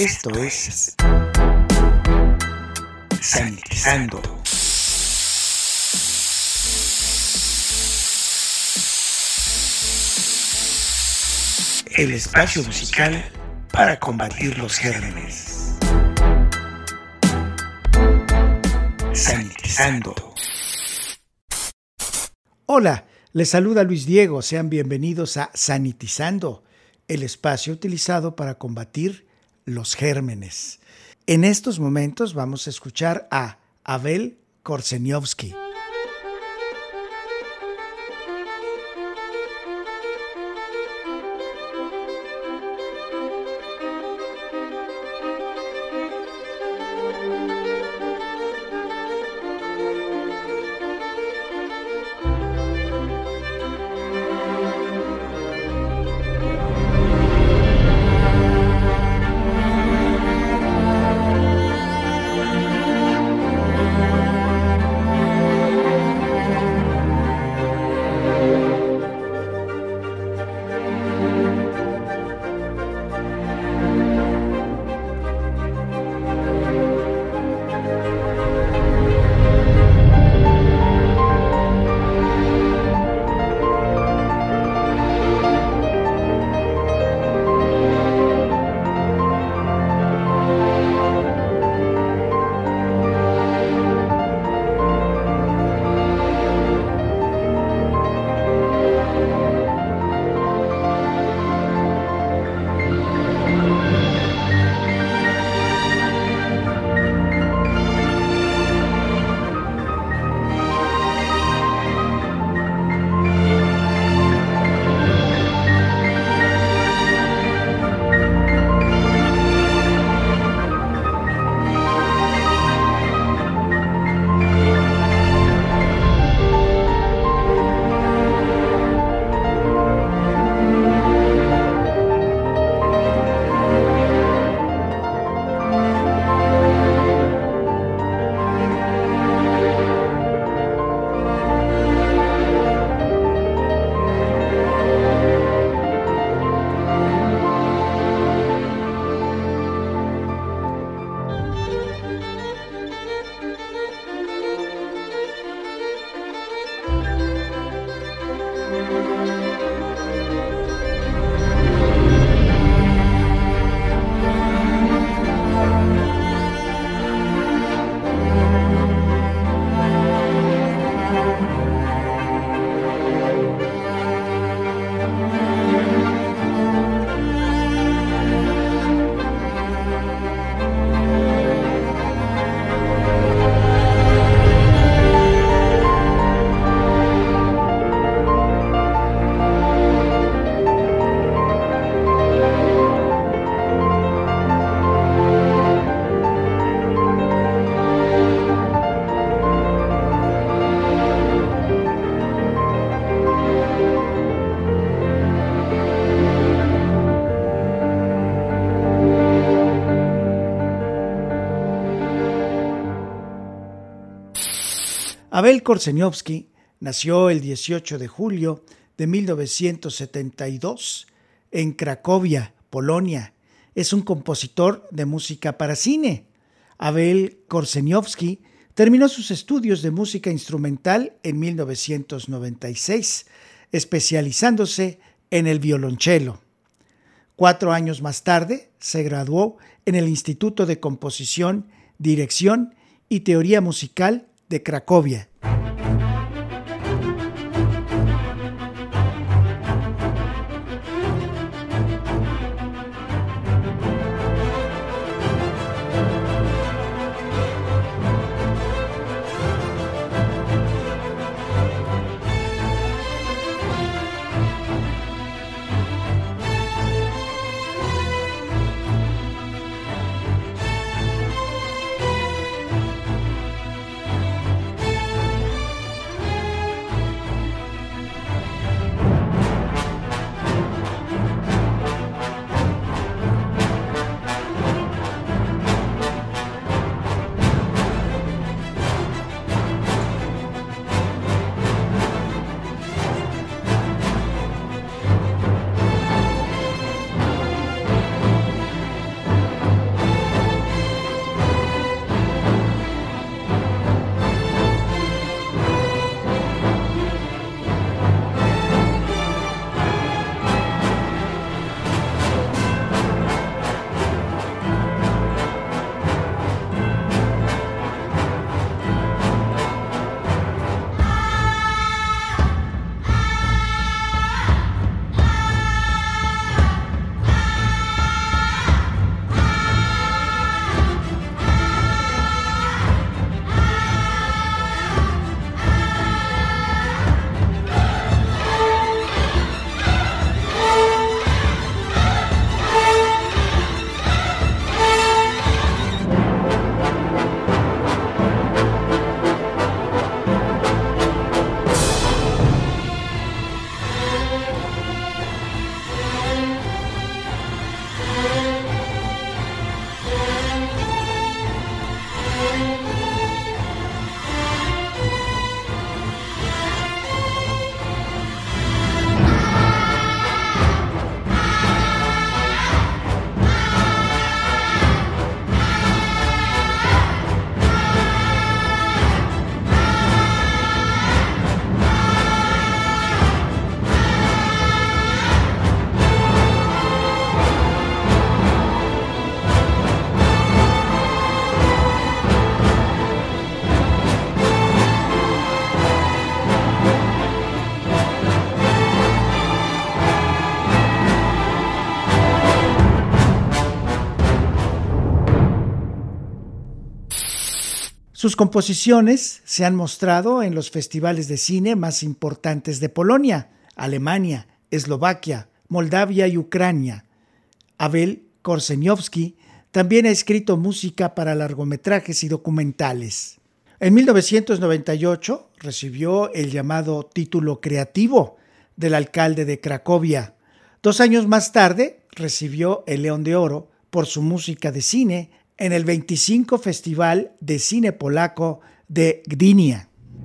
Esto es Sanitizando. El espacio musical para combatir los gérmenes. Sanitizando. Hola, les saluda Luis Diego. Sean bienvenidos a Sanitizando, el espacio utilizado para combatir los gérmenes. En estos momentos vamos a escuchar a Abel Korzeniowski. Abel Korzeniowski nació el 18 de julio de 1972 en Cracovia, Polonia. Es un compositor de música para cine. Abel Korzeniowski terminó sus estudios de música instrumental en 1996, especializándose en el violonchelo. 4 años más tarde se graduó en el Instituto de Composición, Dirección y Teoría Musical de Cracovia. Sus composiciones se han mostrado en los festivales de cine más importantes de Polonia, Alemania, Eslovaquia, Moldavia y Ucrania. Abel Korzeniowski también ha escrito música para largometrajes y documentales. En 1998 recibió el llamado título creativo del alcalde de Cracovia. 2 años más tarde recibió el León de Oro por su música de cine en el 25 Festival de Cine Polaco de Gdynia.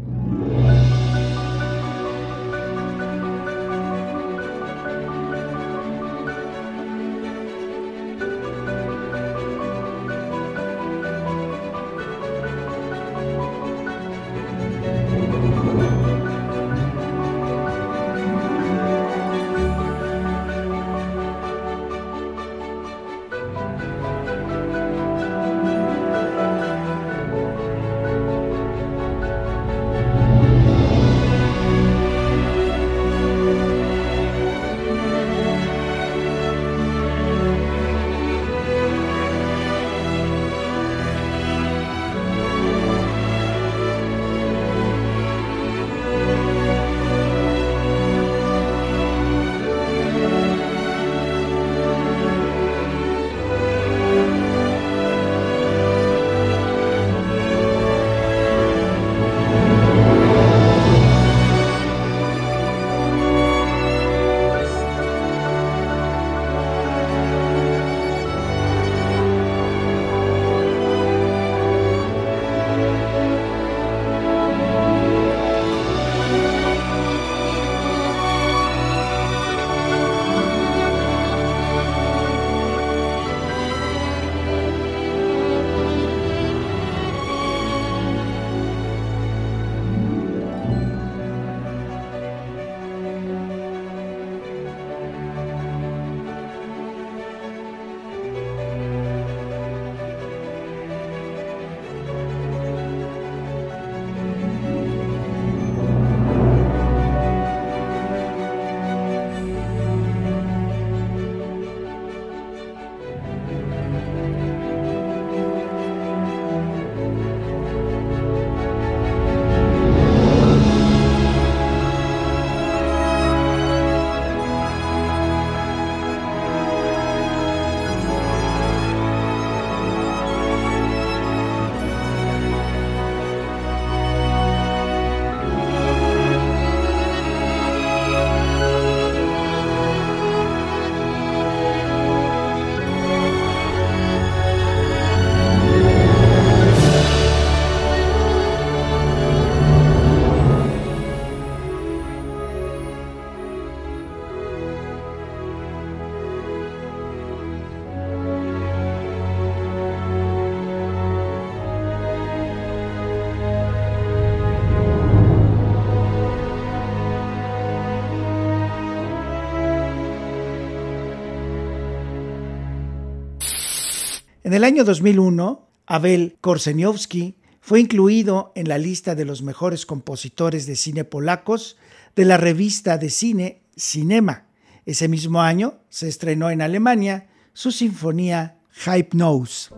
En el año 2001, Abel Korzeniowski fue incluido en la lista de los mejores compositores de cine polacos de la revista de cine Cinema. Ese mismo año se estrenó en Alemania su sinfonía Hypnose.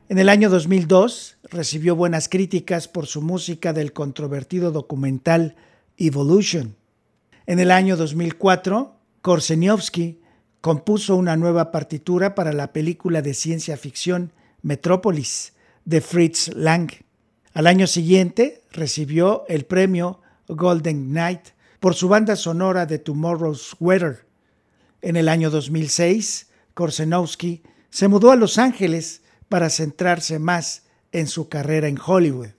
En el año 2002 recibió buenas críticas por su música del controvertido documental Evolution. En el año 2004, Korzeniowski compuso una nueva partitura para la película de ciencia ficción Metrópolis de Fritz Lang. Al año siguiente recibió el premio Golden Knight por su banda sonora de Tomorrow's Weather. En el año 2006, Korzeniowski se mudó a Los Ángeles para centrarse más en su carrera en Hollywood.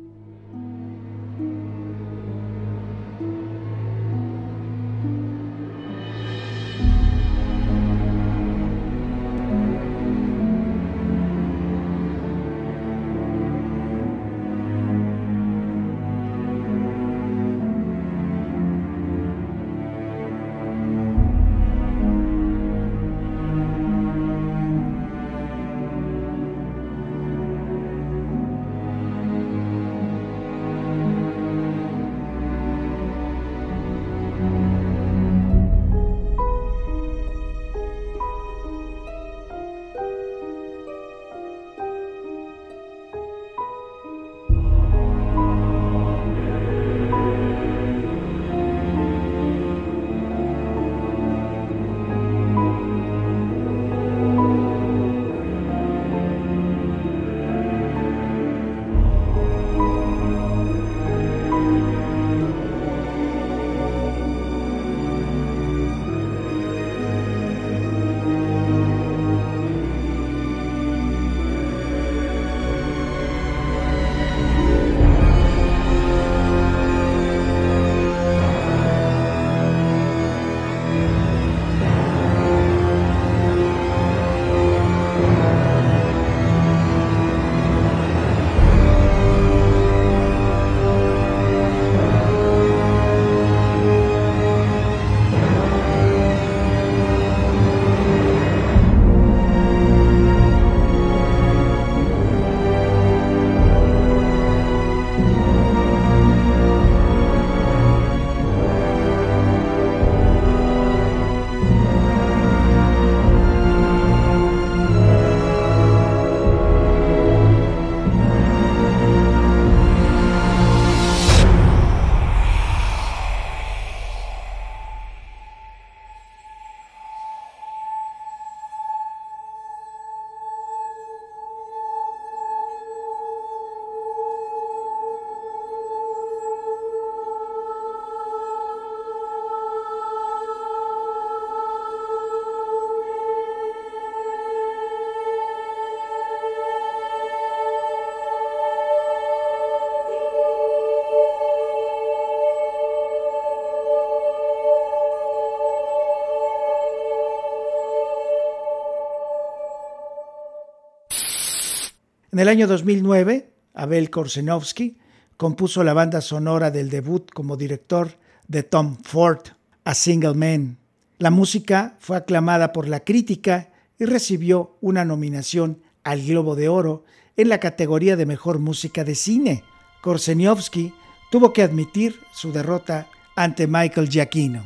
En el año 2009, Abel Korzeniowski compuso la banda sonora del debut como director de Tom Ford, A Single Man. La música fue aclamada por la crítica y recibió una nominación al Globo de Oro en la categoría de Mejor Música de Cine. Korzeniowski tuvo que admitir su derrota ante Michael Giacchino.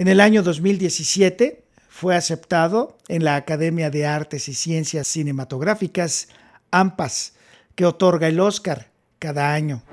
En el año 2017 fue aceptado en la Academia de Artes y Ciencias Cinematográficas, AMPAS, que otorga el Oscar cada año.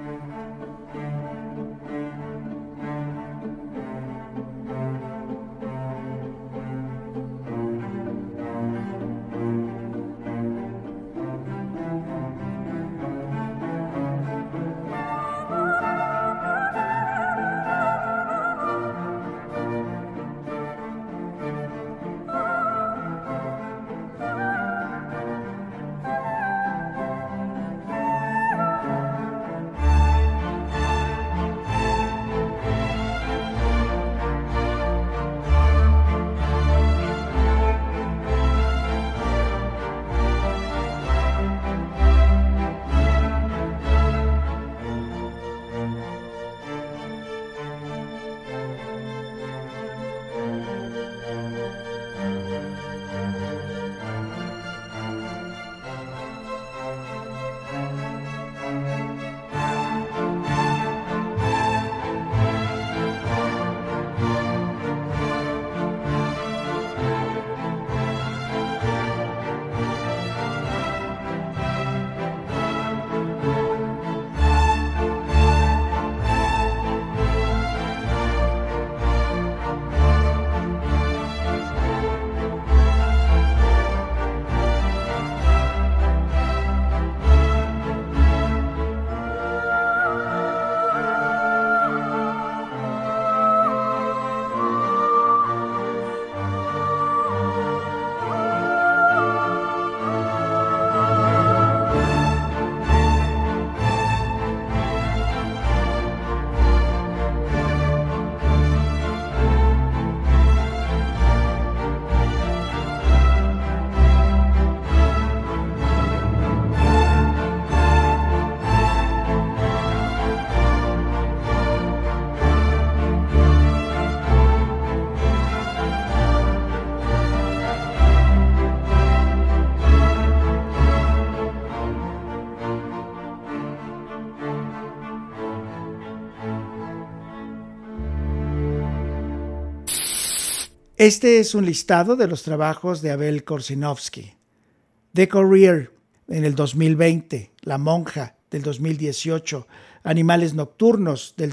Este es un listado de los trabajos de Abel Korzeniowski. The Courier en el 2020, La Monja del 2018, Animales Nocturnos del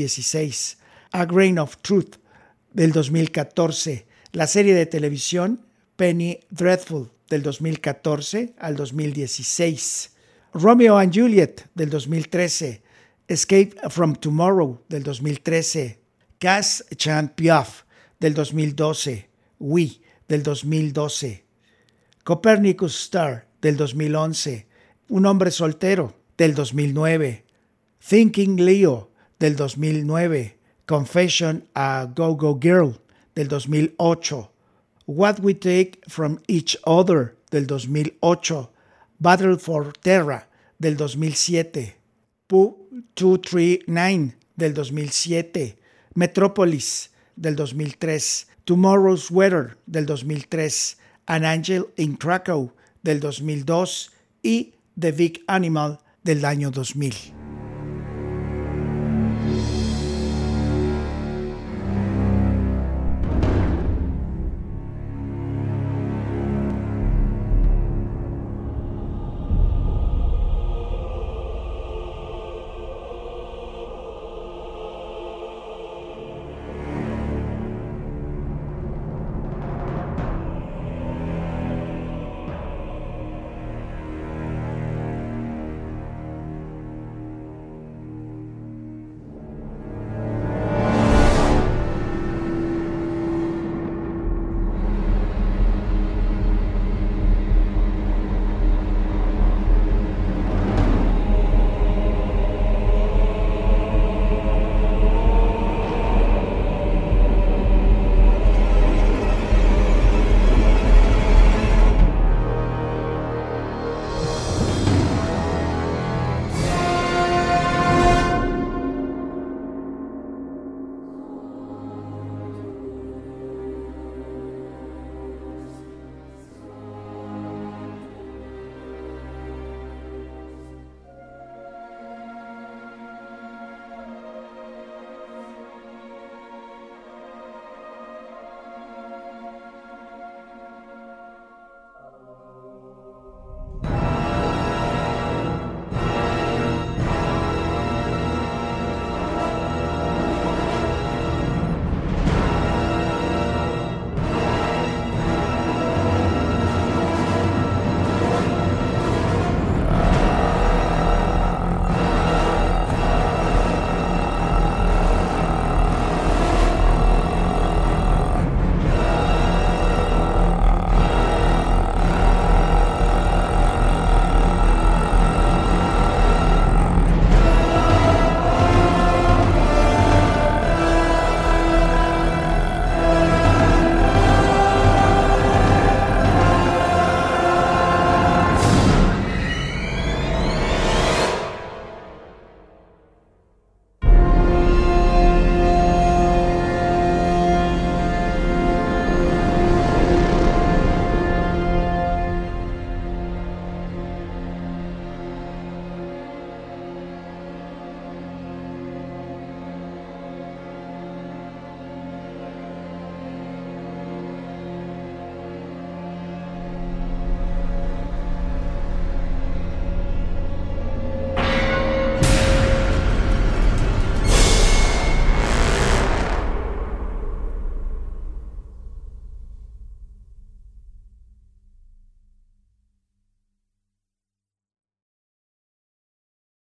2016, A Grain of Truth del 2014, la serie de televisión Penny Dreadful del 2014 al 2016, Romeo and Juliet del 2013, Escape from Tomorrow del 2013, Cass Chan Piaf del 2012, We del 2012, Copernicus Star del 2011, Un hombre soltero del 2009, Thinking Leo del 2009, Confession a Go-Go Girl del 2008, What We Take from Each Other del 2008, Battle for Terra del 2007, Pooh 239 del 2007, Metropolis del 2003, Tomorrow's Weather del 2003, An Angel in Krakow del 2002 y The Big Animal del año 2000.